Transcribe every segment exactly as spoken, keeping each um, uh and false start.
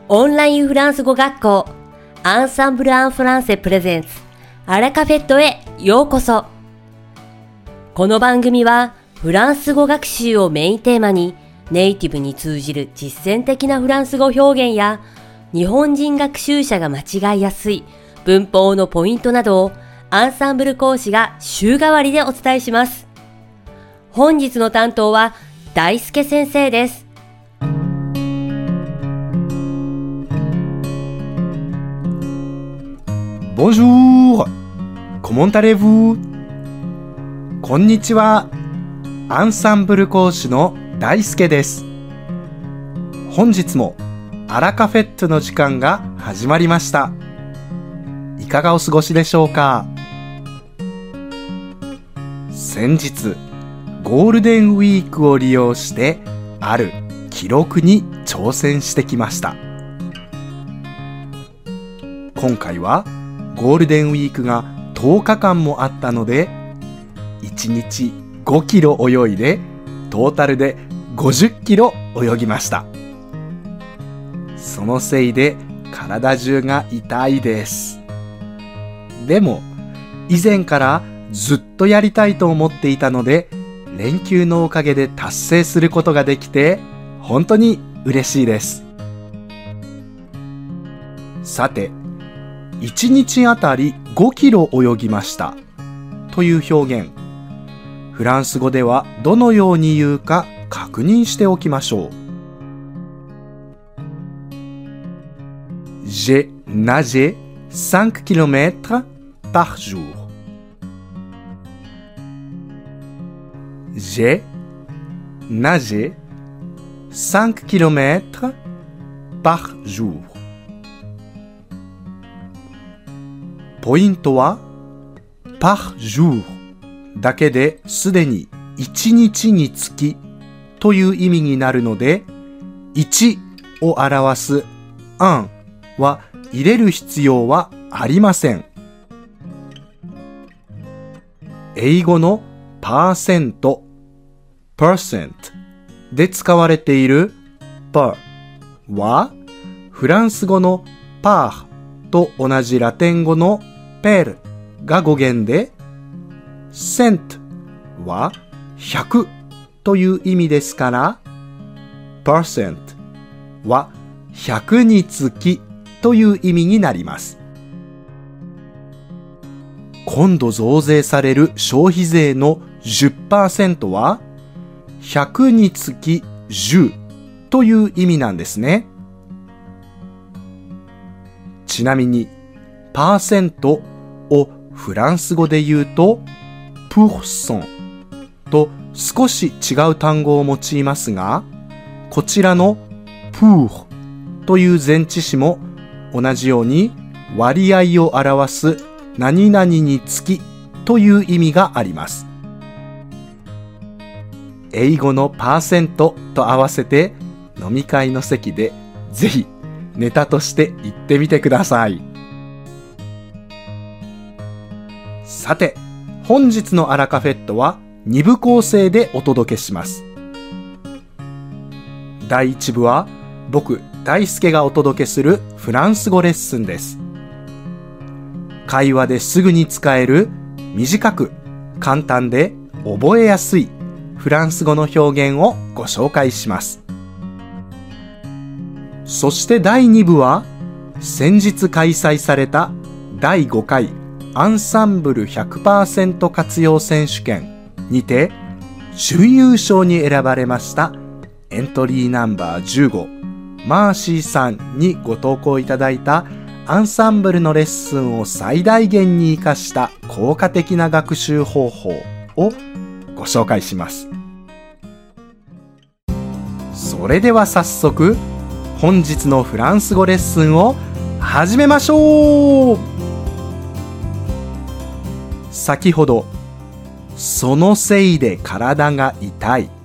オンラインフランス語学校アンサンブル・アン・フランセプレゼンツアラカフェットへようこそ。この番組はフランス語学習をメインテーマにネイティブに通じる実践的なフランス語表現や日本人学習者が間違いやすい文法のポイントなどをアンサンブル講師が週替わりでお伝えします。本日の担当は大輔先生です。 Bonjour! Comment allez-vous? こんにちは。アンサンブル講師の大輔です。本日もアラカフェットの時間が始まりました。いかがお過ごしでしょうか？先日、ゴールデンウィークを利用してある記録に挑戦してきました。今回はゴールデンウィークがとおかかんもあったので、いちにちごキロ泳いで、トータルでごじゅっキロ泳ぎました。そのせいで体中が痛いです。でも、以前からずっとやりたいと思っていたので、連休のおかげで達成することができて、本当に嬉しいです。さて、いちにちあたりごキロ泳ぎましたという表現、フランス語ではどのように言うか確認しておきましょう。J'ai nagé cinq kilomètres par jour. J'ai nagé cinq kilomètres par jour. ポイントは par jour だけですでにいちにちにつきという意味になるので、いちを表すunは入れる必要はありません。英語のパーセント percent で使われている per はフランス語の par と同じラテン語のper が語源で、cent はひゃくという意味ですから、percent はひゃくにつきという意味になります。今度増税される消費税の じゅっパーセント はひゃくにつきじゅうという意味なんですね。ちなみにパーセントをフランス語で言うとプーソンと少し違う単語を用いますが、こちらのプーという前置詞も同じように割合を表す何々につきという意味があります。英語のパーセントと合わせて飲み会の席でぜひネタとして言ってみてください。さて、本日のアラカフェットはにぶ構成でお届けします。だいいち部は僕大輔がお届けするフランス語レッスンです。会話ですぐに使える短く簡単で覚えやすいフランス語の表現をご紹介します。そしてだいに部は先日開催されただいごかいアンサンブル ひゃくパーセント 活用選手権にて準優勝に選ばれましたエントリーナンバーじゅうごマーシーさんにご投稿いただいたアンサンブルのレッスンを最大限に活かした効果的な学習方法をご紹介します。それでは早速本日のフランス語レッスンを始めましょう。先ほど、そのせいで体が痛い、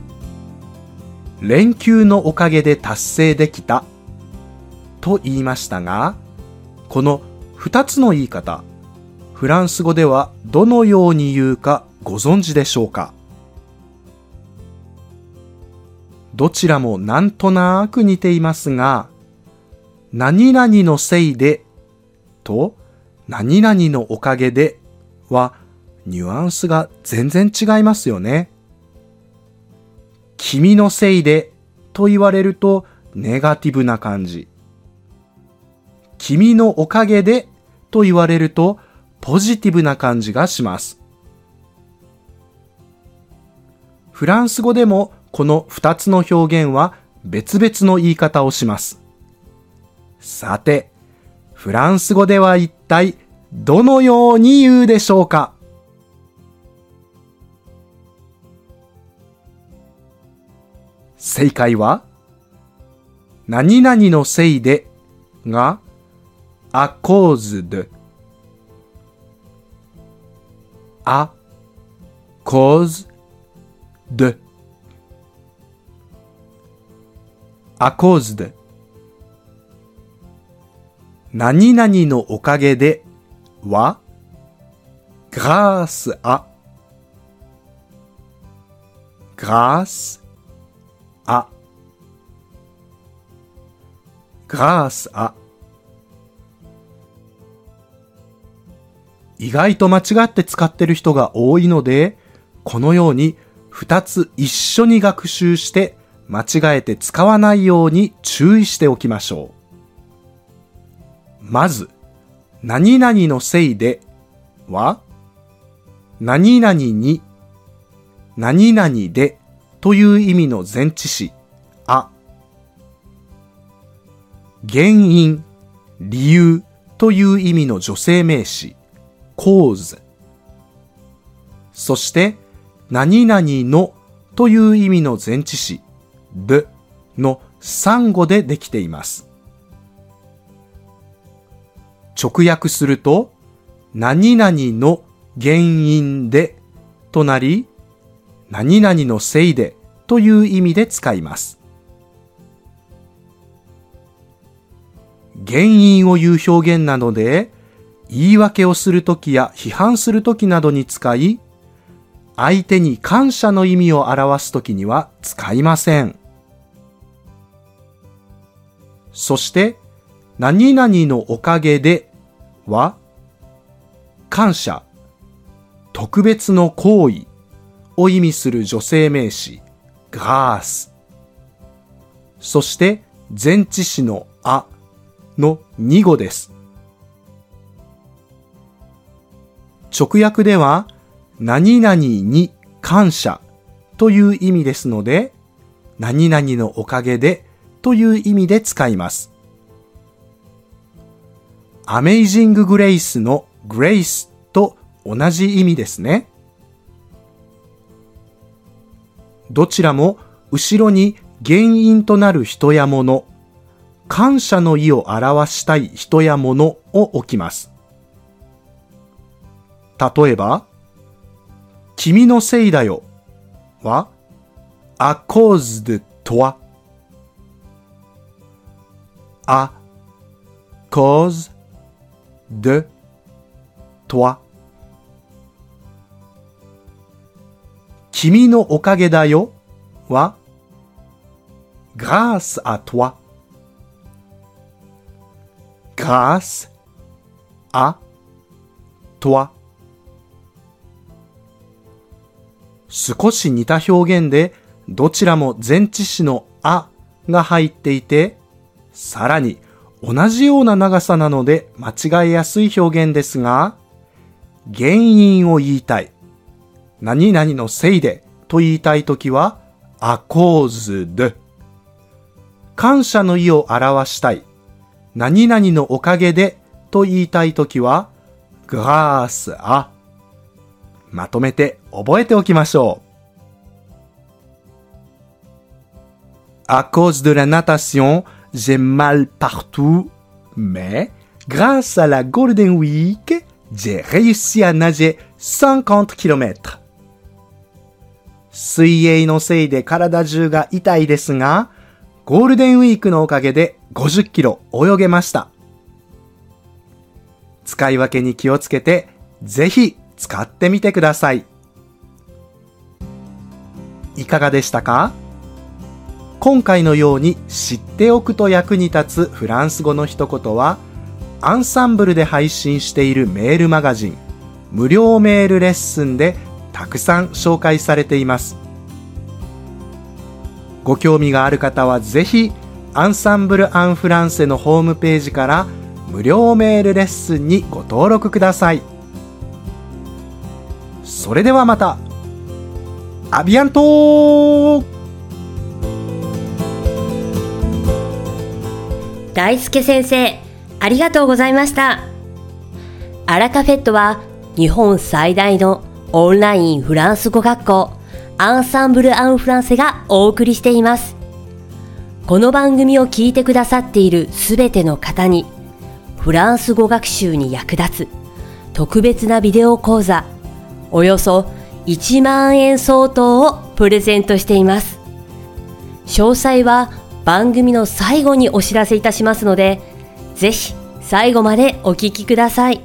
連休のおかげで達成できたと言いましたが、このふたつの言い方、フランス語ではどのように言うかご存知でしょうか？どちらもなんとなく似ていますが、 何々のせいでと何々のおかげではニュアンスが全然違いますよね。君のせいでと言われるとネガティブな感じ。君のおかげでと言われるとポジティブな感じがします。フランス語でもこのふたつの表現は別々の言い方をします。さて、フランス語では一体どのように言うでしょうか？正解は、何々のせいでが à cause de à cause de à cause de 何々のおかげでは grâce à grâce à grâce à 意外と間違って使ってる人が多いので、このように二つ一緒に学習して間違えて使わないように注意しておきましょう。まず、何々のせいでは、何々に、何々でという意味の前置詞、あ。原因、理由という意味の女性名詞、cause。そして、何々のという意味の前置詞、deの三語でできています。直訳すると、何々の原因でとなり、何々のせいでという意味で使います。原因を言う表現なので、言い訳をするときや批判するときなどに使い、相手に感謝の意味を表すときには使いません。そして、何々のおかげでは、感謝、特別の行為を意味する女性名詞、grâce。そして、前置詞のあのに語です。直訳では、何々に感謝という意味ですので、何々のおかげでという意味で使います。アメイジンググレイスのグレイスと同じ意味ですね。どちらも後ろに原因となる人や物、感謝の意を表したい人や物を置きます。例えば、君のせいだよは à cause de toi à cause de toi 君のおかげだよは grâce à toi grâce à toi 少し似た表現でどちらも前置詞のあが入っていて、さらに同じような長さなので間違えやすい表現ですが、原因を言いたい、何々のせいでと言いたいときは à cause de、感謝の意を表したい、何々のおかげでと言いたいときは grâce à。まとめて覚えておきましょう。À cause de la natation, j'ai mal partout, mais grâce à la Golden Week, j'ai réussi à nager cinquante kilomètres. 水泳のせいで体中が痛いですが、ゴールデンウィークのおかげでごじゅっキロ泳げました。使い分けに気をつけて、ぜひ使ってみてください。いかがでしたか？ 今回のように知っておくと役に立つフランス語の一言は、アンサンブルで配信しているメールマガジン、無料メールレッスンでたくさん紹介されています。ご興味がある方はぜひ、アンサンブル・アン・フランセのホームページから無料メールレッスンにご登録ください。それではまた。アビアントー。 大輔先生、ありがとうございました。アラカフェットは日本最大のオンラインフランス語学校アンサンブル・アン・フランセがお送りしています。この番組を聞いてくださっているすべての方にフランス語学習に役立つ特別なビデオ講座およそいちまんえん相当をプレゼントしています。詳細は番組の最後にお知らせいたしますので、ぜひ最後までお聞きください。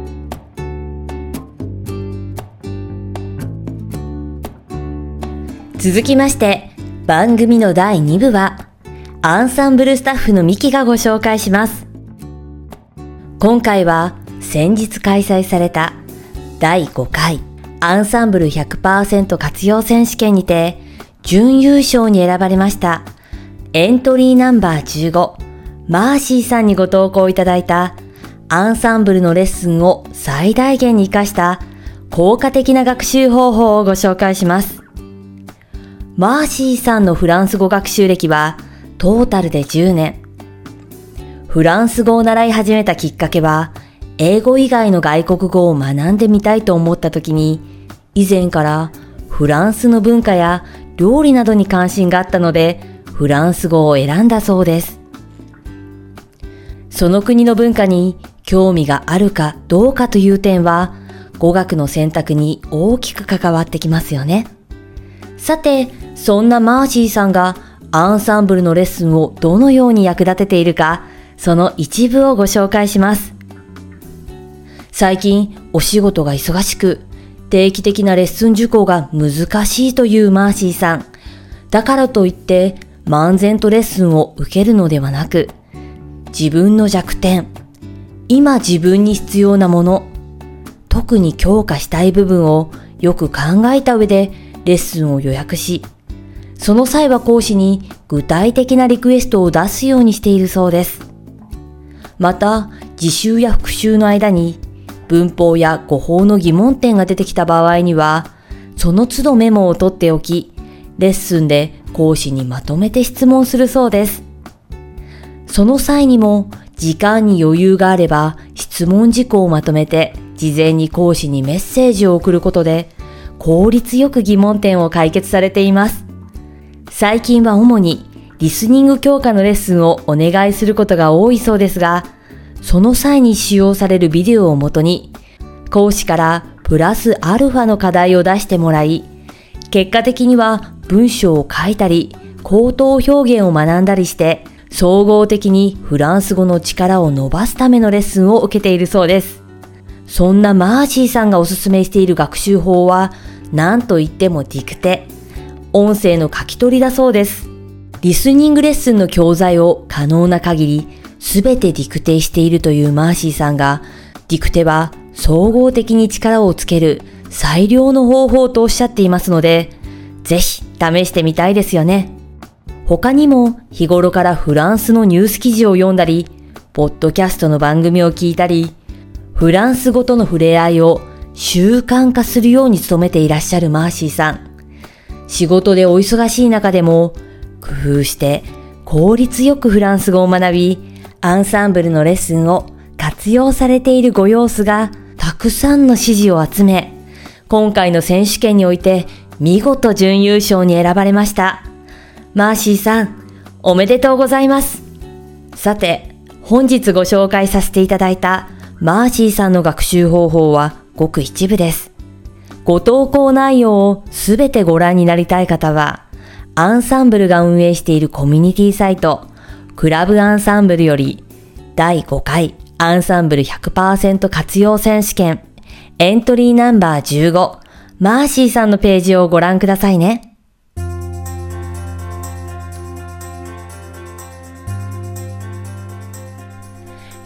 続きまして番組のだいにぶはアンサンブルスタッフのミキがご紹介します。今回は先日開催されただいごかいアンサンブル ひゃくパーセント 活用選手権にて準優勝に選ばれましたエントリーナンバーじゅうごマーシーさんにご投稿いただいたアンサンブルのレッスンを最大限に活かした効果的な学習方法をご紹介します。マーシーさんのフランス語学習歴はトータルでじゅうねん。フランス語を習い始めたきっかけは、英語以外の外国語を学んでみたいと思った時に、以前からフランスの文化や料理などに関心があったので、フランス語を選んだそうです。その国の文化に興味があるかどうかという点は、語学の選択に大きく関わってきますよね。さて、そんなマーシーさんがアンサンブルのレッスンをどのように役立てているか、その一部をご紹介します。最近お仕事が忙しく、定期的なレッスン受講が難しいというマーシーさん。だからといって漫然とレッスンを受けるのではなく、自分の弱点、今自分に必要なもの、特に強化したい部分をよく考えた上でレッスンを予約し、その際は講師に具体的なリクエストを出すようにしているそうです。また、自習や復習の間に文法や語法の疑問点が出てきた場合には、その都度メモを取っておき、レッスンで講師にまとめて質問するそうです。その際にも時間に余裕があれば質問事項をまとめて事前に講師にメッセージを送ることで効率よく疑問点を解決されています。最近は主にリスニング強化のレッスンをお願いすることが多いそうですが、その際に使用されるビデオをもとに講師からプラスアルファの課題を出してもらい、結果的には文章を書いたり口頭表現を学んだりして総合的にフランス語の力を伸ばすためのレッスンを受けているそうです。そんなマーシーさんがおすすめしている学習法は何といってもディクテ、音声の書き取りだそうです。リスニングレッスンの教材を可能な限りすべてディクテしているというマーシーさんが、ディクテは総合的に力をつける最良の方法とおっしゃっていますので、ぜひ試してみたいですよね。他にも日頃からフランスのニュース記事を読んだり、ポッドキャストの番組を聞いたり、フランス語との触れ合いを習慣化するように努めていらっしゃるマーシーさん。仕事でお忙しい中でも工夫して効率よくフランス語を学び、アンサンブルのレッスンを活用されているご様子がたくさんの支持を集め、今回の選手権において見事準優勝に選ばれました。マーシーさん、おめでとうございます。さて、本日ご紹介させていただいたマーシーさんの学習方法はごく一部です。ご投稿内容をすべてご覧になりたい方は、アンサンブルが運営しているコミュニティサイト、クラブアンサンブルよりだいごかいアンサンブル ひゃくパーセント 活用選手権エントリーナンバーじゅうごマーシーさんのページをご覧くださいね。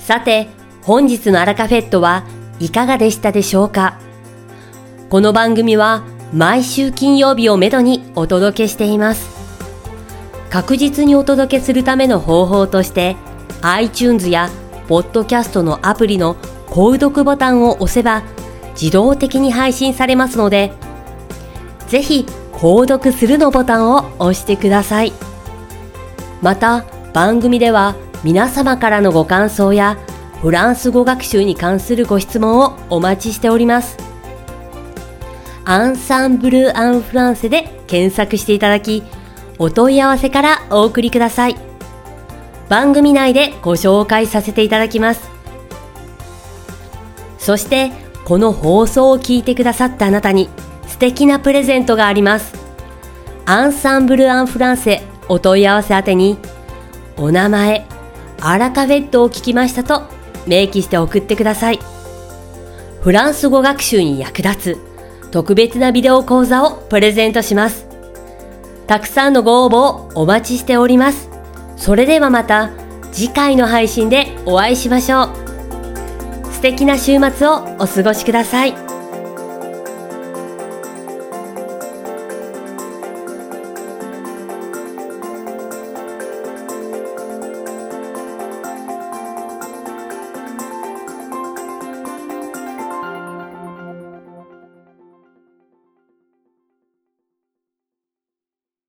さて、本日のアラカフェットはいかがでしたでしょうか？この番組は毎週金曜日をめどにお届けしています。確実にお届けするための方法として、iTunes やポッドキャストのアプリの購読ボタンを押せば自動的に配信されますので、ぜひ購読するのボタンを押してください。また、番組では皆様からのご感想やフランス語学習に関するご質問をお待ちしております。アンサンブル・アン・フランセで検索していただき、お問い合わせからお送りください。番組内でご紹介させていただきます。そして、この放送を聞いてくださったあなたに素敵なプレゼントがあります。アンサンブル・アン・フランセお問い合わせ宛てに、お名前、アラカフェットを聞きましたと明記して送ってください。フランス語学習に役立つ特別なビデオ講座をプレゼントします。たくさんのご応募をお待ちしております。それではまた次回の配信でお会いしましょう。素敵な週末をお過ごしください。